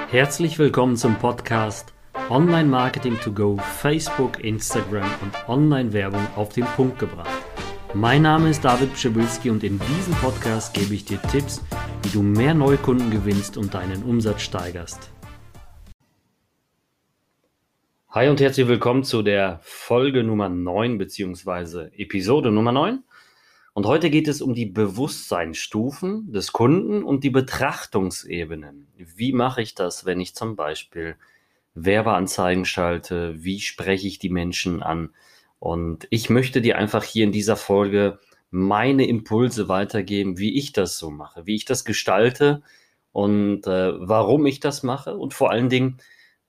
Herzlich willkommen zum Podcast Online Marketing to Go, Facebook, Instagram und Online-Werbung auf den Punkt gebracht. Mein Name ist David Pschibilski und in diesem Podcast gebe ich dir Tipps, wie du mehr Neukunden gewinnst und deinen Umsatz steigerst. Hi und herzlich willkommen zu der Folge Nummer 9 bzw. Episode Nummer 9. Und heute geht es um die Bewusstseinsstufen des Kunden und die Betrachtungsebenen. Wie mache ich das, wenn ich zum Beispiel Werbeanzeigen schalte? Wie spreche ich die Menschen an? Und ich möchte dir einfach hier in dieser Folge meine Impulse weitergeben, wie ich das so mache, wie ich das gestalte und warum ich das mache. Und vor allen Dingen,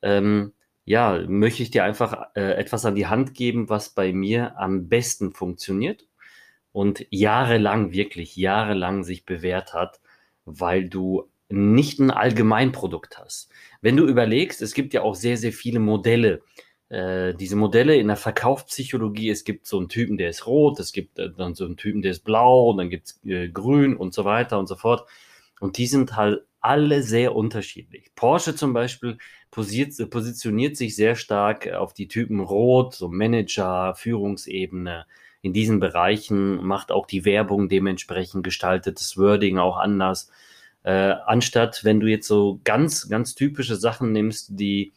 möchte ich dir einfach etwas an die Hand geben, was bei mir am besten funktioniert und wirklich jahrelang sich bewährt hat, weil du nicht ein Allgemeinprodukt hast. Wenn du überlegst, es gibt ja auch sehr, sehr viele Modelle. Diese Modelle in der Verkaufspsychologie, es gibt so einen Typen, der ist rot, es gibt dann so einen Typen, der ist blau, und dann gibt es grün und so weiter und so fort. Und die sind halt alle sehr unterschiedlich. Porsche zum Beispiel positioniert sich sehr stark auf die Typen Rot, so Manager, Führungsebene. In diesen Bereichen macht auch die Werbung dementsprechend, gestaltet das Wording auch anders. Anstatt, wenn du jetzt so ganz, ganz typische Sachen nimmst, die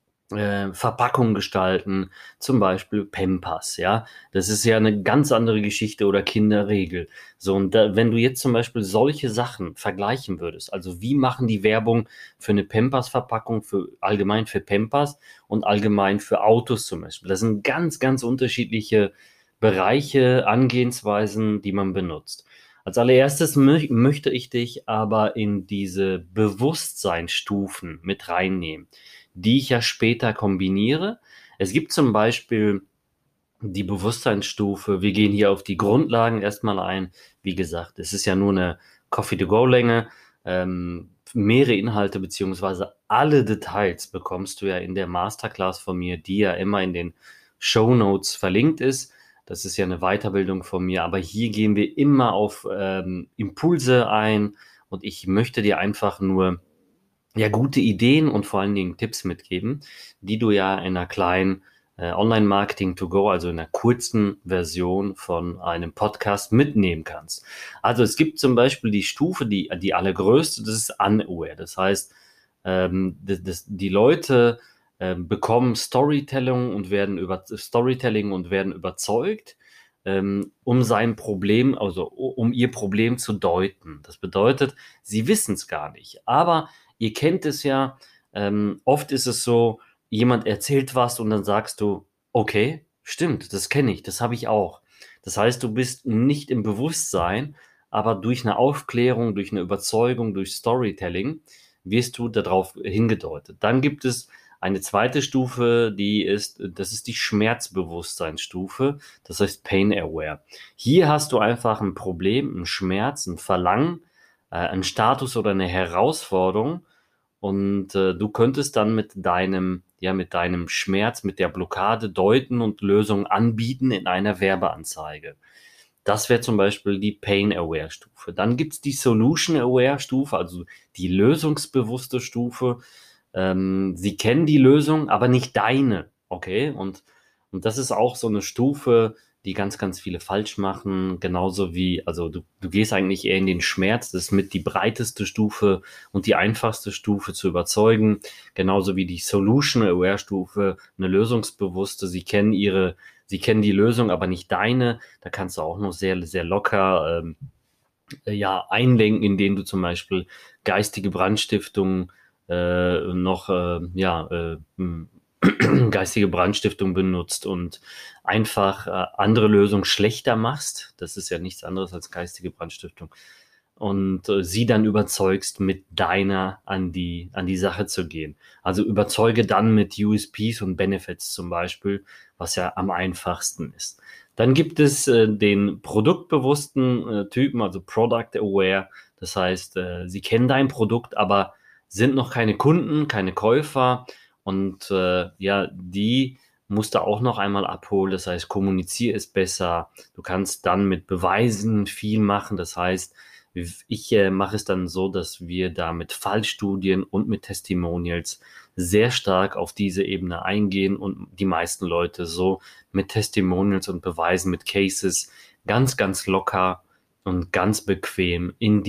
Verpackung gestalten, zum Beispiel Pampers, ja. Das ist ja eine ganz andere Geschichte, oder Kinderriegel. So, und wenn du jetzt zum Beispiel solche Sachen vergleichen würdest, also wie machen die Werbung für eine Pampers-Verpackung, allgemein für Pampers und allgemein für Autos zum Beispiel. Das sind ganz, ganz unterschiedliche Bereiche, Angehensweisen, die man benutzt. Als allererstes möchte ich dich aber in diese Bewusstseinsstufen mit reinnehmen, die ich ja später kombiniere. Es gibt zum Beispiel die Bewusstseinsstufe, wir gehen hier auf die Grundlagen erstmal ein. Wie gesagt, es ist ja nur eine Coffee-to-go-Länge. Mehrere Inhalte beziehungsweise alle Details bekommst du ja in der Masterclass von mir, die ja immer in den Shownotes verlinkt ist. Das ist ja eine Weiterbildung von mir, aber hier gehen wir immer auf Impulse ein, und ich möchte dir einfach nur gute Ideen und vor allen Dingen Tipps mitgeben, die du ja in einer kleinen Online-Marketing to go, also in einer kurzen Version von einem Podcast mitnehmen kannst. Also es gibt zum Beispiel die Stufe, die allergrößte, das ist unaware. Das heißt, die Leute bekommen Storytelling und werden überzeugt, um sein Problem, also um ihr Problem zu deuten. Das bedeutet, sie wissen es gar nicht. Aber ihr kennt es ja, oft ist es so, jemand erzählt was und dann sagst du, okay, stimmt, das kenne ich, das habe ich auch. Das heißt, du bist nicht im Bewusstsein, aber durch eine Aufklärung, durch eine Überzeugung, durch Storytelling wirst du darauf hingedeutet. Dann gibt es eine zweite Stufe, das ist die Schmerzbewusstseinsstufe, das heißt Pain Aware. Hier hast du einfach ein Problem, einen Schmerz, ein Verlangen, einen Status oder eine Herausforderung, und du könntest dann mit deinem Schmerz, mit der Blockade deuten und Lösungen anbieten in einer Werbeanzeige. Das wäre zum Beispiel die Pain-Aware-Stufe. Dann gibt's die Solution-Aware-Stufe, also die lösungsbewusste Stufe. Sie kennen die Lösung, aber nicht deine, okay? Und das ist auch so eine Stufe, die ganz, ganz viele falsch machen. Genauso wie, also du gehst eigentlich eher in den Schmerz, das ist mit die breiteste Stufe und die einfachste Stufe zu überzeugen. Genauso wie die Solution-Aware-Stufe, eine lösungsbewusste. Sie kennen die Lösung, aber nicht deine. Da kannst du auch noch sehr, sehr locker einlenken, indem du zum Beispiel geistige Brandstiftung geistige Brandstiftung benutzt und einfach andere Lösungen schlechter machst. Das ist ja nichts anderes als geistige Brandstiftung. Und sie dann überzeugst, mit deiner an die Sache zu gehen. Also überzeuge dann mit USPs und Benefits zum Beispiel, was ja am einfachsten ist. Dann gibt es den produktbewussten Typen, also Product Aware. Das heißt, sie kennen dein Produkt, aber sind noch keine Kunden, keine Käufer, und die musst du auch noch einmal abholen. Das heißt, kommuniziere es besser. Du kannst dann mit Beweisen viel machen. Das heißt, Ich mache es dann so, dass wir da mit Fallstudien und mit Testimonials sehr stark auf diese Ebene eingehen und die meisten Leute so mit Testimonials und Beweisen, mit Cases ganz, ganz locker und ganz bequem in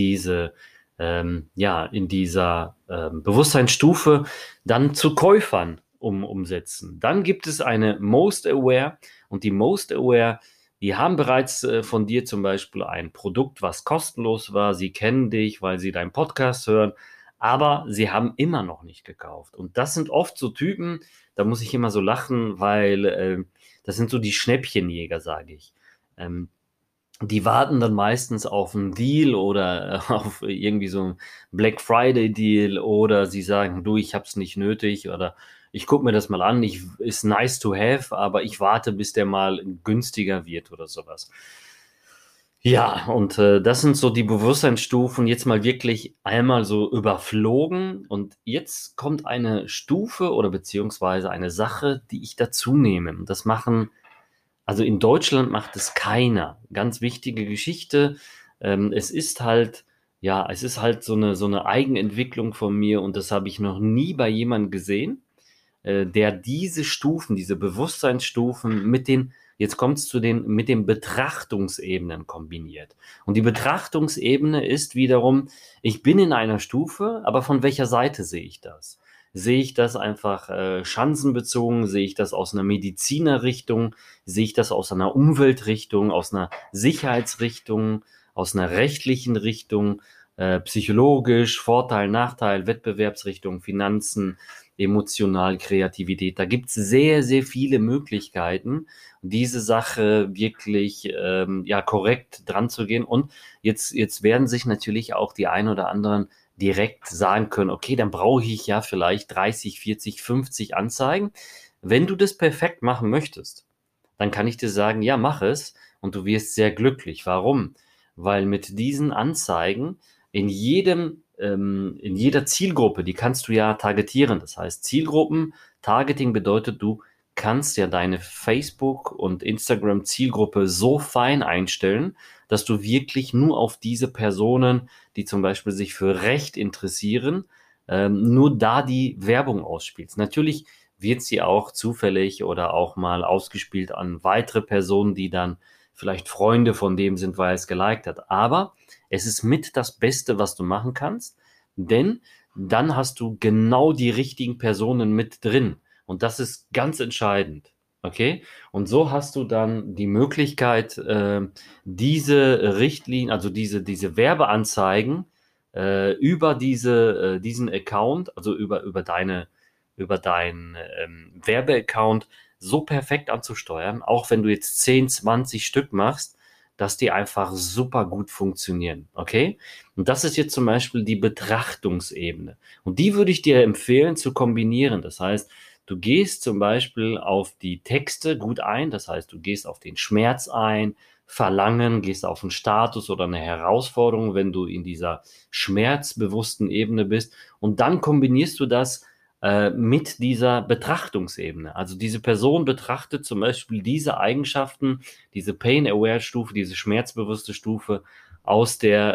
in dieser Bewusstseinsstufe dann zu Käufern umsetzen. Dann gibt es eine Most Aware und die Most Aware, die haben bereits von dir zum Beispiel ein Produkt, was kostenlos war. Sie kennen dich, weil sie deinen Podcast hören, aber sie haben immer noch nicht gekauft. Und das sind oft so Typen, da muss ich immer so lachen, weil das sind so die Schnäppchenjäger, sage ich. Ähm, Die warten dann meistens auf einen Deal oder auf irgendwie so einen Black Friday Deal oder sie sagen, du, ich hab's nicht nötig oder ich guck mir das mal an, ist nice to have, aber ich warte, bis der mal günstiger wird oder sowas. Ja, und das sind so die Bewusstseinsstufen jetzt mal wirklich einmal so überflogen und jetzt kommt eine Stufe oder beziehungsweise eine Sache, die ich dazu nehme. Und das machen also in Deutschland macht es keiner. Ganz wichtige Geschichte. Es ist halt, ja, es ist halt so eine Eigenentwicklung von mir und das habe ich noch nie bei jemandem gesehen, der diese Stufen, diese Bewusstseinsstufen jetzt kommt es zu mit den Betrachtungsebenen kombiniert. Und die Betrachtungsebene ist wiederum, ich bin in einer Stufe, aber von welcher Seite sehe ich das? Sehe ich das einfach chancenbezogen? Sehe ich das aus einer Medizinerrichtung? Sehe ich das aus einer Umweltrichtung, aus einer Sicherheitsrichtung, aus einer rechtlichen Richtung, psychologisch, Vorteil, Nachteil, Wettbewerbsrichtung, Finanzen, emotional, Kreativität. Da gibt es sehr, sehr viele Möglichkeiten, diese Sache wirklich ja, korrekt dran zu gehen. Und jetzt werden sich natürlich auch die ein oder anderen direkt sagen können, okay, dann brauche ich ja vielleicht 30, 40, 50 Anzeigen. Wenn du das perfekt machen möchtest, dann kann ich dir sagen, ja, mach es und du wirst sehr glücklich. Warum? Weil mit diesen Anzeigen in jeder Zielgruppe, die kannst du ja targetieren. Das heißt, Zielgruppen, Targeting bedeutet, du kannst ja deine Facebook- und Instagram-Zielgruppe so fein einstellen, dass du wirklich nur auf diese Personen, die zum Beispiel sich für Recht interessieren, nur da die Werbung ausspielst. Natürlich wird sie auch zufällig oder auch mal ausgespielt an weitere Personen, die dann vielleicht Freunde von dem sind, weil er es geliked hat. Aber es ist mit das Beste, was du machen kannst, denn dann hast du genau die richtigen Personen mit drin. Und das ist ganz entscheidend. Okay? Und so hast du dann die Möglichkeit, diese Richtlinien, also diese Werbeanzeigen über diesen Account, also über deinen Werbeaccount so perfekt anzusteuern, auch wenn du jetzt 10, 20 Stück machst, dass die einfach super gut funktionieren. Okay? Und das ist jetzt zum Beispiel die Betrachtungsebene. Und die würde ich dir empfehlen zu kombinieren. Das heißt, du gehst zum Beispiel auf die Texte gut ein. Das heißt, du gehst auf den Schmerz ein, Verlangen, gehst auf einen Status oder eine Herausforderung, wenn du in dieser schmerzbewussten Ebene bist. Und dann kombinierst du das mit dieser Betrachtungsebene. Also diese Person betrachtet zum Beispiel diese Eigenschaften, diese Pain-Aware-Stufe, diese schmerzbewusste Stufe aus der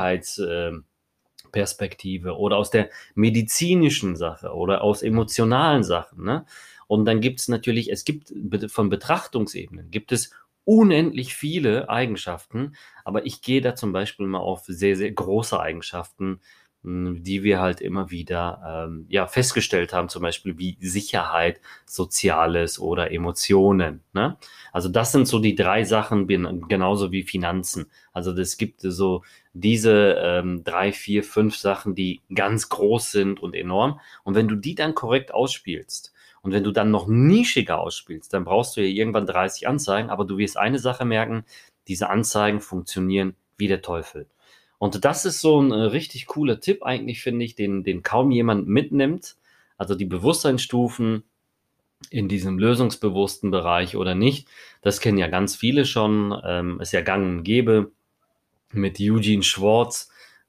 Sicherheitsperspektive oder aus der medizinischen Sache oder aus emotionalen Sachen. Ne? Und dann gibt es natürlich, von Betrachtungsebenen gibt es unendlich viele Eigenschaften, aber ich gehe da zum Beispiel mal auf sehr, sehr große Eigenschaften, die wir halt immer wieder ja, festgestellt haben, zum Beispiel wie Sicherheit, Soziales oder Emotionen. Ne? Also das sind so die drei Sachen, genauso wie Finanzen. Also es gibt so diese drei, vier, fünf Sachen, die ganz groß sind und enorm. Und wenn du die dann korrekt ausspielst und wenn du dann noch nischiger ausspielst, dann brauchst du ja irgendwann 30 Anzeigen, aber du wirst eine Sache merken, diese Anzeigen funktionieren wie der Teufel. Und das ist so ein richtig cooler Tipp eigentlich, finde ich, den kaum jemand mitnimmt. Also die Bewusstseinsstufen in diesem lösungsbewussten Bereich oder nicht, das kennen ja ganz viele schon, ist ja gang und gäbe. Mit Eugene Schwartz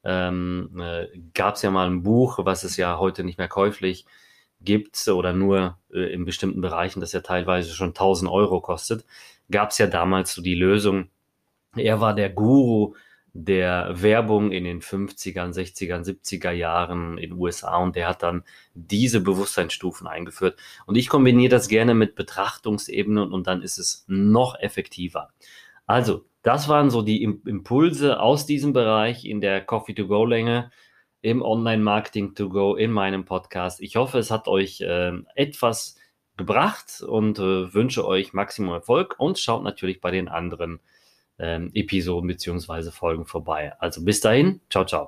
gab es ja mal ein Buch, was es ja heute nicht mehr käuflich gibt oder nur in bestimmten Bereichen, das ja teilweise schon 1000 Euro kostet, gab es ja damals so die Lösung. Er war der Guru der Werbung in den 50ern, 60ern, 70er Jahren in den USA und der hat dann diese Bewusstseinsstufen eingeführt. Und ich kombiniere das gerne mit Betrachtungsebenen und dann ist es noch effektiver. Also, das waren so die Impulse aus diesem Bereich in der Coffee-to-Go-Länge, im Online-Marketing-to-Go, in meinem Podcast. Ich hoffe, es hat euch etwas gebracht und wünsche euch Maximum Erfolg und schaut natürlich bei den anderen Episoden bzw. Folgen vorbei. Also bis dahin, ciao, ciao.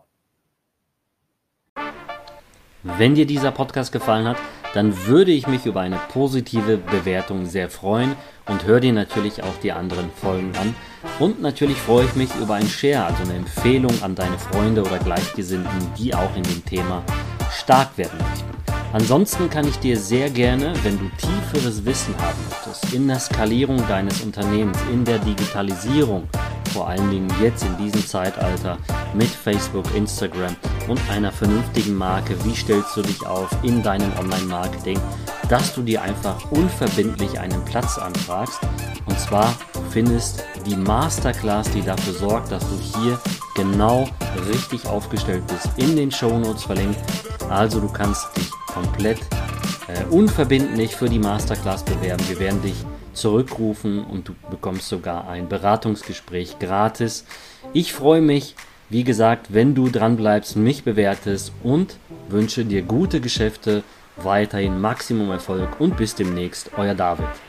Wenn dir dieser Podcast gefallen hat, dann würde ich mich über eine positive Bewertung sehr freuen und hör dir natürlich auch die anderen Folgen an. Und natürlich freue ich mich über ein Share, also eine Empfehlung an deine Freunde oder Gleichgesinnten, die auch in dem Thema stark werden möchten. Ansonsten kann ich dir sehr gerne, wenn du tieferes Wissen haben möchtest, in der Skalierung deines Unternehmens, in der Digitalisierung, vor allen Dingen jetzt in diesem Zeitalter mit Facebook, Instagram und einer vernünftigen Marke, wie stellst du dich auf in deinem Online-Marketing, dass du dir einfach unverbindlich einen Platz anfragst. Und zwar findest die Masterclass, die dafür sorgt, dass du hier genau richtig aufgestellt bist, in den Shownotes verlinkt. Also du kannst dich komplett unverbindlich für die Masterclass bewerben. Wir werden dich zurückrufen und du bekommst sogar ein Beratungsgespräch gratis. Ich freue mich, wie gesagt, wenn du dran bleibst, mich bewertest und wünsche dir gute Geschäfte, weiterhin Maximum Erfolg und bis demnächst, euer David.